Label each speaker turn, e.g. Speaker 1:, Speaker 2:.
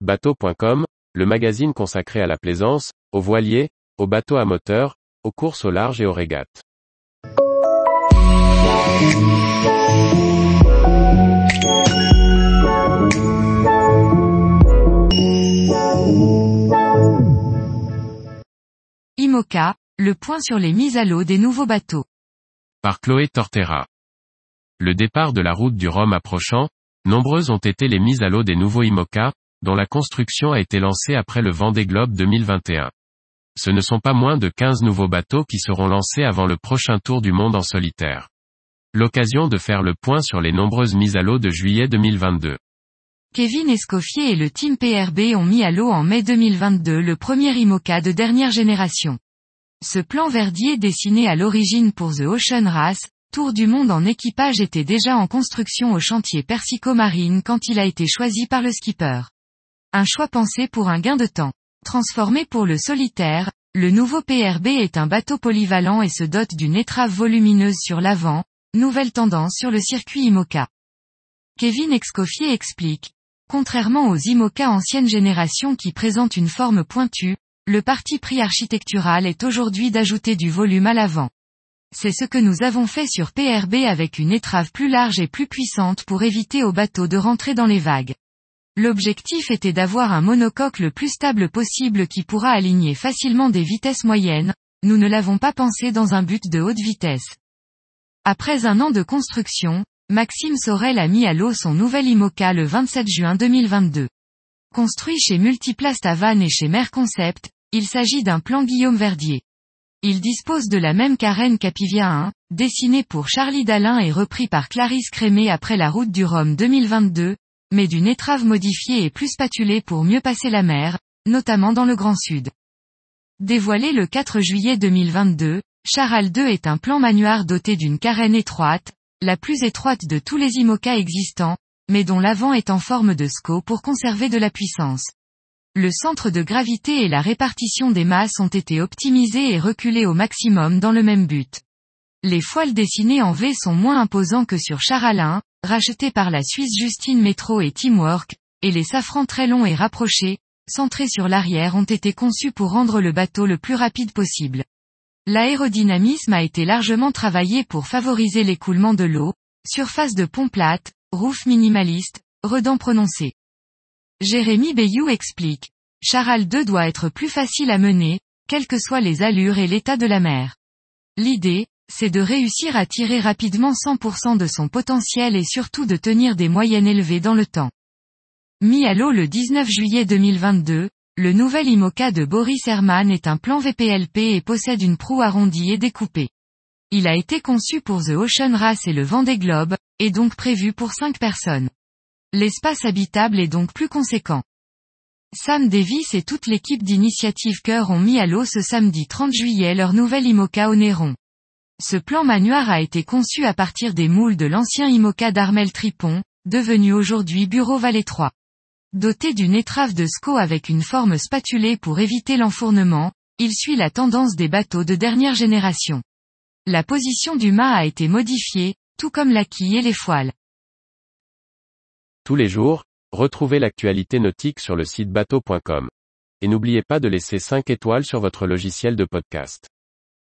Speaker 1: Bateau.com, le magazine consacré à la plaisance, aux voiliers, aux bateaux à moteur, aux courses au large et aux régates.
Speaker 2: IMOCA, le point sur les mises à l'eau des nouveaux bateaux.
Speaker 1: Par Chloé Tortera. Le départ de la route du Rhum approchant, nombreuses ont été les mises à l'eau des nouveaux IMOCA, dont la construction a été lancée après le Vendée Globe 2021. Ce ne sont pas moins de 15 nouveaux bateaux qui seront lancés avant le prochain tour du monde en solitaire. L'occasion de faire le point sur les nombreuses mises à l'eau de juillet 2022.
Speaker 2: Kevin Escoffier et le team PRB ont mis à l'eau en mai 2022 le premier IMOCA de dernière génération. Ce plan verdier dessiné à l'origine pour The Ocean Race, tour du monde en équipage, était déjà en construction au chantier Persico Marine quand il a été choisi par le skipper. Un choix pensé pour un gain de temps. Transformé pour le solitaire, le nouveau PRB est un bateau polyvalent et se dote d'une étrave volumineuse sur l'avant, nouvelle tendance sur le circuit IMOCA. Kevin Escoffier explique. Contrairement aux IMOCA ancienne génération qui présentent une forme pointue, le parti pris architectural est aujourd'hui d'ajouter du volume à l'avant. C'est ce que nous avons fait sur PRB avec une étrave plus large et plus puissante pour éviter au bateau de rentrer dans les vagues. L'objectif était d'avoir un monocoque le plus stable possible qui pourra aligner facilement des vitesses moyennes, nous ne l'avons pas pensé dans un but de haute vitesse. Après un an de construction, Maxime Sorel a mis à l'eau son nouvel IMOCA le 27 juin 2022. Construit chez Multiplast à Vannes et chez Merconcept, il s'agit d'un plan Guillaume Verdier. Il dispose de la même carène qu'Apivia 1, dessinée pour Charlie Dalin et repris par Clarisse Crémé après la route du Rhum 2022, mais d'une étrave modifiée et plus spatulée pour mieux passer la mer, notamment dans le Grand Sud. Dévoilé le 4 juillet 2022, Charal 2 est un plan manoir doté d'une carène étroite, la plus étroite de tous les IMOCA existants, mais dont l'avant est en forme de SCO pour conserver de la puissance. Le centre de gravité et la répartition des masses ont été optimisés et reculés au maximum dans le même but. Les foils dessinés en V sont moins imposants que sur Charal 1, racheté par la Suisse Justine Metro et Teamwork, et les safrans très longs et rapprochés, centrés sur l'arrière, ont été conçus pour rendre le bateau le plus rapide possible. L'aérodynamisme a été largement travaillé pour favoriser l'écoulement de l'eau, surface de pont plate, roof minimaliste, redans prononcés. Jérémy Bayou explique. Charal 2 doit être plus facile à mener, quelles que soient les allures et l'état de la mer. L'idée, c'est de réussir à tirer rapidement 100% de son potentiel et surtout de tenir des moyennes élevées dans le temps. Mis à l'eau le 19 juillet 2022, le nouvel IMOCA de Boris Herman est un plan VPLP et possède une proue arrondie et découpée. Il a été conçu pour The Ocean Race et le Vendée Globe, et donc prévu pour 5 personnes. L'espace habitable est donc plus conséquent. Sam Davis et toute l'équipe d'Initiative Cœur ont mis à l'eau ce samedi 30 juillet leur nouvel IMOCA au Néron. Ce plan manoir a été conçu à partir des moules de l'ancien IMOCA d'Armel Tripon, devenu aujourd'hui Bureau Vallée 3. Doté d'une étrave de SCO avec une forme spatulée pour éviter l'enfournement, il suit la tendance des bateaux de dernière génération. La position du mât a été modifiée, tout comme la quille et les foils.
Speaker 1: Tous les jours, retrouvez l'actualité nautique sur le site bateau.com. Et n'oubliez pas de laisser 5 étoiles sur votre logiciel de podcast.